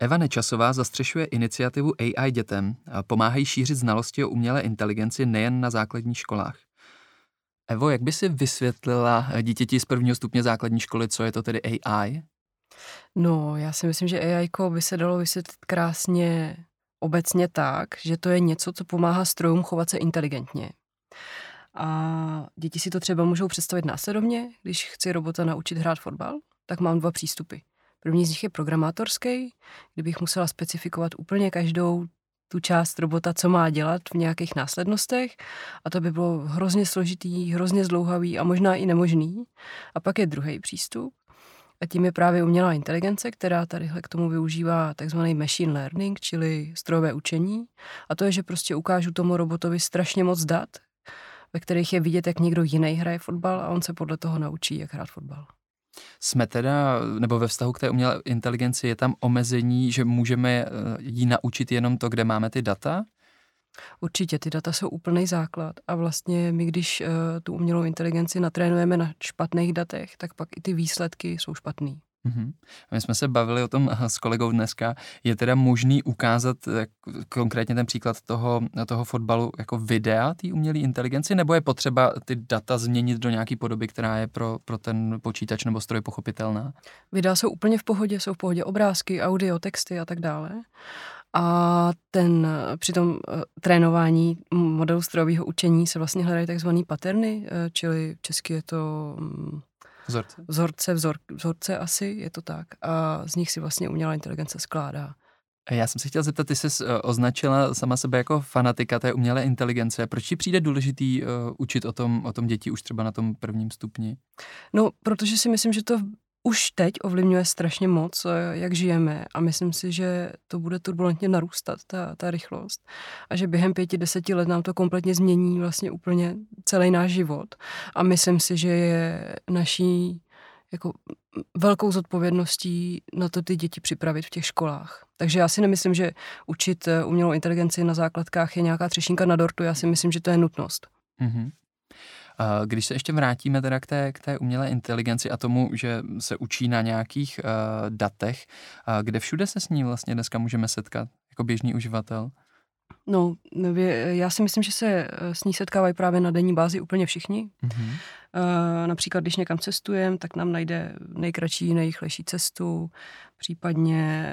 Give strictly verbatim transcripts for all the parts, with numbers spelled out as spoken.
Eva Nečasová zastřešuje iniciativu A I dětem. Pomáhají šířit znalosti o umělé inteligenci nejen na základních školách. Evo, jak by si vysvětlila dítěti z prvního stupně základní školy, co je to tedy A I? No, já si myslím, že A I by se dalo vysvětlit krásně obecně tak, že to je něco, co pomáhá strojům chovat se inteligentně. A děti si to třeba můžou představit následovně, když chci robota naučit hrát fotbal, tak mám dva přístupy. První z nich je programátorský, kdybych musela specifikovat úplně každou tu část robota, co má dělat v nějakých následnostech, a to by bylo hrozně složitý, hrozně zdlouhavý a možná i nemožný. A pak je druhý přístup, a tím je právě umělá inteligence, která tadyhle k tomu využívá takzvaný machine learning, čili strojové učení. A to je, že prostě ukážu tomu robotovi strašně moc dat, ve kterých je vidět, jak někdo jiný hraje fotbal, a on se podle toho naučí, jak hrát fotbal. Jsme teda, nebo ve vztahu k té umělé inteligenci je tam omezení, že můžeme jí naučit jenom to, kde máme ty data? Určitě, ty data jsou úplný základ a vlastně my, když uh, tu umělou inteligenci natrénujeme na špatných datech, tak pak i ty výsledky jsou špatný. Mm-hmm. My jsme se bavili o tom s kolegou dneska. Je teda možný ukázat konkrétně ten příklad toho, toho fotbalu jako videa té umělé inteligenci, nebo je potřeba ty data změnit do nějaké podoby, která je pro, pro ten počítač nebo stroj pochopitelná? Videa jsou úplně v pohodě, jsou v pohodě obrázky, audio, texty a tak dále. A ten, při tom uh, trénování modelu strojového učení se vlastně hledají takzvaný patterny, uh, čili česky je to... Um, Vzorce. Vzorce, vzor, vzorce asi, je to tak. A z nich si vlastně umělá inteligence skládá. Já jsem se chtěl zeptat, ty jsi označila sama sebe jako fanatika té umělé inteligence. Proč ti přijde důležitý uh, učit o tom, o tom děti už třeba na tom prvním stupni? No, protože si myslím, že to už teď ovlivňuje strašně moc, jak žijeme, a myslím si, že to bude turbulentně narůstat, ta, ta rychlost, a že během pěti, deseti let nám to kompletně změní vlastně úplně celý náš život. A myslím si, že je naší jako velkou zodpovědností na to ty děti připravit v těch školách. Takže já si nemyslím, že učit umělou inteligenci na základkách je nějaká třešínka na dortu, já si myslím, že to je nutnost. Mm-hmm. Když se ještě vrátíme teda k té, k té umělé inteligenci a tomu, že se učí na nějakých uh, datech, uh, kde všude se s ní vlastně dneska můžeme setkat jako běžný uživatel? No, já si myslím, že se s ní setkávají právě na denní bázi úplně všichni. Mm-hmm. Uh, například, když někam cestujeme, tak nám najde nejkratší, nejrychlejší cestu, případně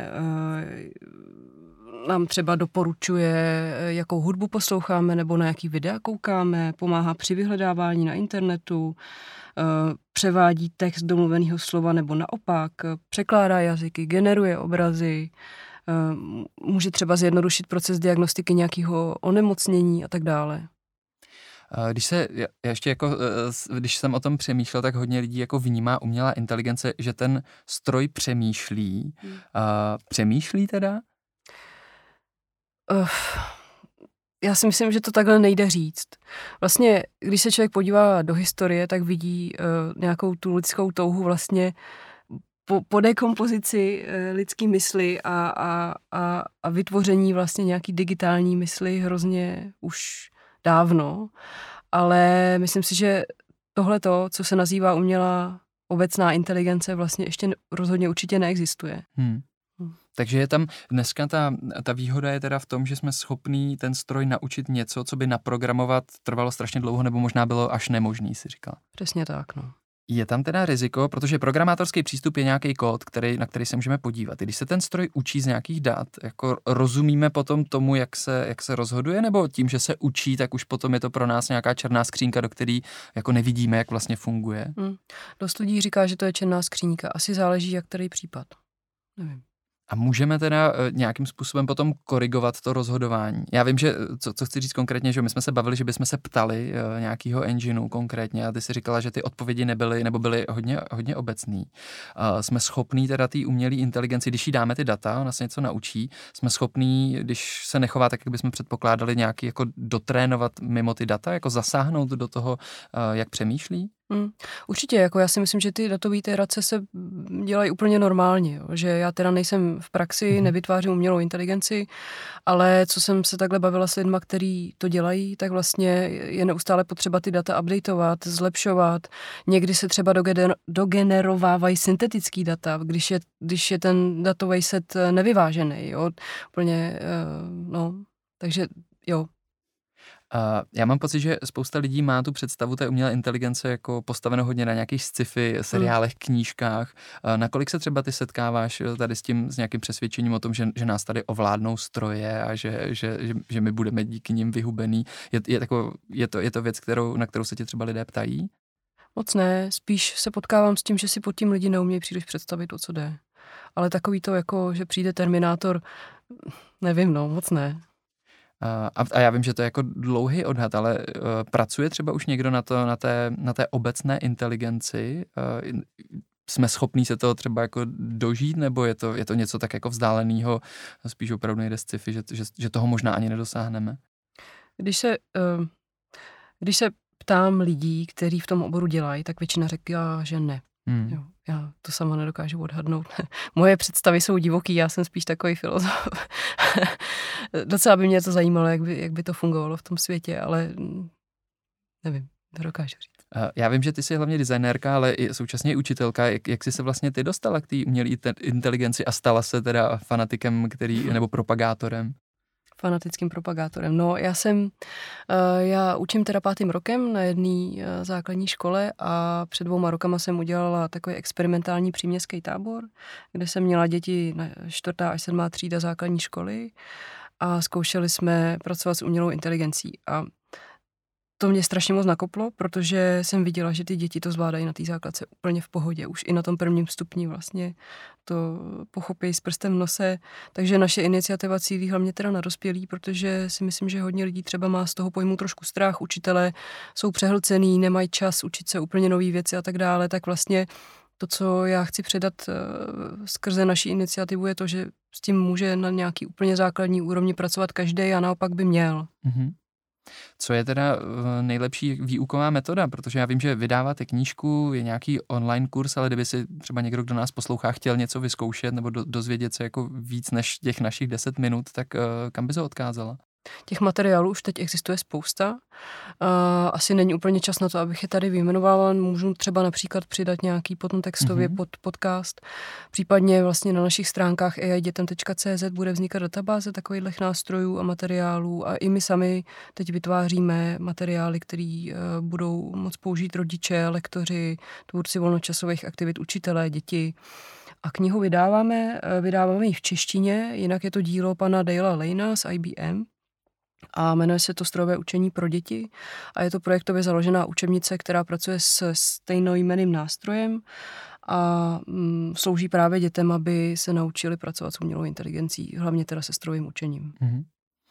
uh, nám třeba doporučuje, jakou hudbu posloucháme nebo na jaký videa koukáme, pomáhá při vyhledávání na internetu, uh, převádí text domluveného slova nebo naopak, překládá jazyky, generuje obrazy, může třeba zjednodušit proces diagnostiky nějakého onemocnění a tak dále. Když se, já ještě jako, když jsem o tom přemýšlel, tak hodně lidí jako vnímá umělá inteligence, že ten stroj přemýšlí. Hmm. Přemýšlí teda? Uh, já si myslím, že to takhle nejde říct. Vlastně, když se člověk podívá do historie, tak vidí uh, nějakou tu lidskou touhu vlastně po, po dekompozici e, lidský mysli a, a, a, a vytvoření vlastně nějaký digitální mysli hrozně už dávno. Ale myslím si, že tohleto, co se nazývá umělá obecná inteligence, vlastně ještě rozhodně určitě neexistuje. Hmm. Hmm. Takže je tam dneska ta, ta výhoda je teda v tom, že jsme schopní ten stroj naučit něco, co by naprogramovat trvalo strašně dlouho, nebo možná bylo až nemožný, si říkal. Přesně tak, no. Je tam teda riziko, protože programátorský přístup je nějaký kód, který, na který se můžeme podívat. Když se ten stroj učí z nějakých dat, jako rozumíme potom tomu, jak se, jak se rozhoduje, nebo tím, že se učí, tak už potom je to pro nás nějaká černá skřínka, do které jako nevidíme, jak vlastně funguje? Hmm. Dost lidí říká, že to je černá skřínka. Asi záleží, jak který případ. Nevím. A můžeme teda nějakým způsobem potom korigovat to rozhodování. Já vím, že co, co chci říct konkrétně, že my jsme se bavili, že bychom se ptali uh, nějakého engineu konkrétně a ty si říkala, že ty odpovědi nebyly nebo byly hodně, hodně obecný. Uh, jsme schopní teda té umělé inteligenci, když jí dáme ty data, ona se něco naučí, jsme schopní, když se nechová tak, jak bychom předpokládali, nějaký jako dotrénovat mimo ty data, jako zasáhnout do toho, uh, jak přemýšlí? Hmm. Určitě, jako já si myslím, že ty datové iterace se dělají úplně normálně, jo. Že já teda nejsem v praxi, Mhm. nevytvářím umělou inteligenci, ale co jsem se takhle bavila s lidma, kteří to dělají, tak vlastně je neustále potřeba ty data updateovat, zlepšovat. Někdy se třeba dogener- dogenerovávají syntetický data, když je, když je ten datový set nevyvážený, jo. Úplně, no, takže jo. Uh, já mám pocit, že spousta lidí má tu představu té umělé inteligence jako postaveno hodně na nějakých sci-fi seriálech, knížkách. Uh, nakolik se třeba ty setkáváš tady s tím, s nějakým přesvědčením o tom, že, že nás tady ovládnou stroje a že, že, že, že my budeme díky nim vyhubený? Je, je, tako, je, to, je to věc, kterou, na kterou se tě třeba lidé ptají? Moc ne, spíš se potkávám s tím, že si pod tím lidi neumějí příliš představit, o co jde. Ale takový to, jako, že přijde Terminátor, nevím, no, moc ne. A, a já vím, že to je jako dlouhý odhad, ale uh, pracuje třeba už někdo na, to, na, té, na té obecné inteligenci? Uh, jsme schopní se toho třeba jako dožít, nebo je to, je to něco tak jako vzdáleného, spíš opravdu nejde sci-fi, že, že, že toho možná ani nedosáhneme? Když se, uh, když se ptám lidí, kteří v tom oboru dělají, tak většina říká, že ne. Hmm. Jo, já to sama nedokážu odhadnout. Moje představy jsou divoký, já jsem spíš takový filozof. Docela by mě to zajímalo, jak by, jak by to fungovalo v tom světě, ale nevím, nedokážu říct. Já vím, že ty jsi hlavně designérka, ale i současně i učitelka. Jak, jak jsi se vlastně ty dostala k té umělé inteligenci a stala se teda fanatikem, který, nebo propagátorem? Fanatickým propagátorem. No, já jsem, já učím teda pátým rokem na jedné základní škole a před dvouma rokama jsem udělala takový experimentální příměstský tábor, kde jsem měla děti na čtvrtá až sedmá třída základní školy a zkoušeli jsme pracovat s umělou inteligencí. A to mě strašně moc nakoplo, protože jsem viděla, že ty děti to zvládají na té základce úplně v pohodě. Už i na tom prvním stupni vlastně to pochopí s prstem v nose. Takže naše iniciativa cílí hlavně teda na dospělí, protože si myslím, že hodně lidí třeba má z toho pojmu trošku strach. Učitelé jsou přehlcený, nemají čas učit se úplně nové věci a tak dále. Tak vlastně to, co já chci předat skrze naší iniciativu, je to, že s tím může na nějaký úplně základní úrovni pracovat každý a naopak by měl. Mm-hmm. Co je teda nejlepší výuková metoda? Protože já vím, že vydáváte knížku, je nějaký online kurz, ale kdyby si třeba někdo, kdo nás poslouchá, chtěl něco vyzkoušet nebo do, dozvědět se jako víc než těch našich deset minut, tak uh, kam by se odkázala? Těch materiálů už teď existuje spousta. Asi není úplně čas na to, abych je tady vyjmenovala. Můžu třeba například přidat nějaký potom textově mm-hmm. pod podcast. Případně vlastně na našich stránkách a i dětem tečka cé zet bude vznikat databáze takových nástrojů a materiálů a i my sami teď vytváříme materiály, které budou moc použít rodiče, lektoři, tvůrci volnočasových aktivit, učitelé, děti. A knihu vydáváme, vydáváme ji v češtině, jinak je to dílo pana Dalea Lanea z í bé em. A jmenuje se to Strojové učení pro děti a je to projektově založená učebnice, která pracuje s stejnojmenným nástrojem a mm, slouží právě dětem, aby se naučili pracovat s umělou inteligencí, hlavně teda se strojovým učením. Mm-hmm.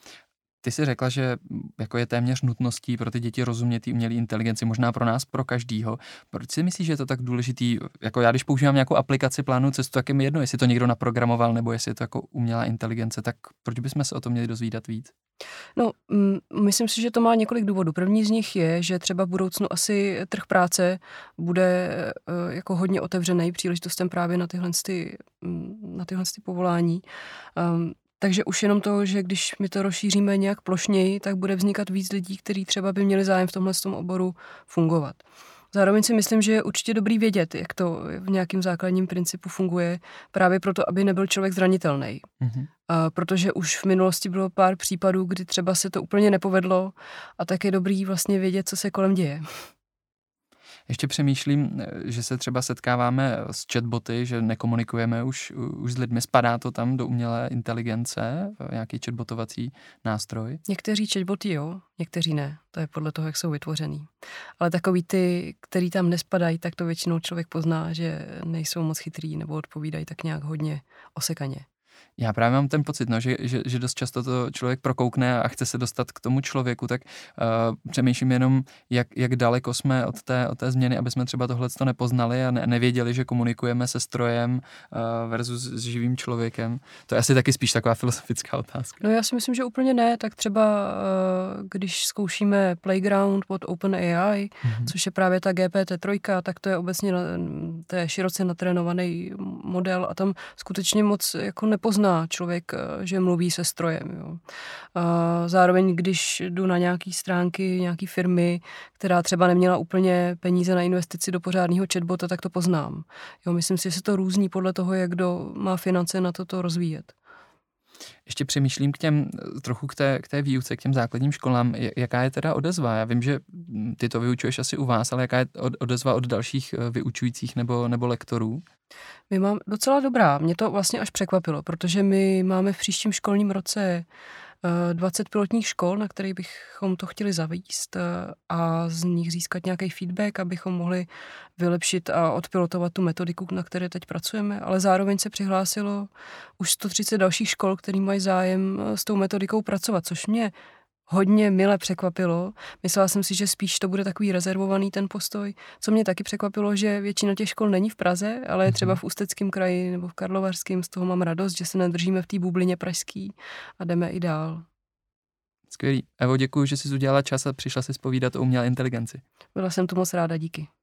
Ty jsi řekla, že jako je téměř nutností pro ty děti rozumět té umělé inteligenci, možná pro nás, pro každýho. Proč si myslíš, že je to tak důležitý? Jako já, když používám nějakou aplikaci plánu cestu, tak je mi jedno, jestli to někdo naprogramoval, nebo jestli je to jako umělá inteligence, tak proč bychom se o tom měli dozvídat víc? No, m- myslím si, že to má několik důvodů. První z nich je, že třeba v budoucnu asi trh práce bude uh, jako hodně otevřený příležitostem právě na tyhle, ty, na tyhle ty povolání. Um, Takže už jenom to, že když my to rozšíříme nějak plošněji, tak bude vznikat víc lidí, kteří třeba by měli zájem v tomhle tom oboru fungovat. Zároveň si myslím, že je určitě dobrý vědět, jak to v nějakém základním principu funguje, právě proto, aby nebyl člověk zranitelný. Mm-hmm. A protože už v minulosti bylo pár případů, kdy třeba se to úplně nepovedlo a tak je dobrý vlastně vědět, co se kolem děje. Ještě přemýšlím, že se třeba setkáváme s chatboty, že nekomunikujeme už, už s lidmi. Spadá to tam do umělé inteligence, nějaký chatbotovací nástroj? Někteří chatboty jo, někteří ne. To je podle toho, jak jsou vytvořený. Ale takový ty, který tam nespadají, tak to většinou člověk pozná, že nejsou moc chytrý nebo odpovídají tak nějak hodně osekaně. Já právě mám ten pocit, no, že, že, že dost často to člověk prokoukne a chce se dostat k tomu člověku, tak uh, přemýšlím jenom, jak, jak daleko jsme od té, od té změny, aby jsme třeba tohleto nepoznali a ne, nevěděli, že komunikujeme se strojem uh, versus s živým člověkem. To je asi taky spíš taková filozofická otázka. No já si myslím, že úplně ne, tak třeba uh, když zkoušíme Playground od OpenAI, mm-hmm. což je právě ta G P T tři, tak to je obecně to je široce natrénovaný model a tam skutečně moc jako nepozná člověk, že mluví se strojem. Jo. A zároveň, když jdu na nějaké stránky, nějaké firmy, která třeba neměla úplně peníze na investici do pořádného chatbota, tak to poznám. Jo, myslím si, že se to různí podle toho, jak kdo má finance na to, to rozvíjet. Ještě přemýšlím k těm, trochu k té, k té výuce, k těm základním školám. Jaká je teda odezva? Já vím, že ty to vyučuješ asi u vás, ale jaká je odezva od dalších vyučujících nebo, nebo lektorů? My máme docela dobrá. Mě to vlastně až překvapilo, protože my máme v příštím školním roce dvacet pilotních škol, na kterých bychom to chtěli zavést a z nich získat nějaký feedback, abychom mohli vylepšit a odpilotovat tu metodiku, na které teď pracujeme, ale zároveň se přihlásilo už sto třicet dalších škol, který mají zájem s tou metodikou pracovat, což mě hodně mile překvapilo. Myslela jsem si, že spíš to bude takový rezervovaný ten postoj. Co mě taky překvapilo, že většina těch škol není v Praze, ale je třeba v Ústeckém kraji nebo v Karlovarském. Z toho mám radost, že se nedržíme v té bublině pražský a jdeme i dál. Skvělý. Evo, děkuji, že jsi udělala čas a přišla si zpovídat o umělé inteligenci. Byla jsem tu moc ráda, díky.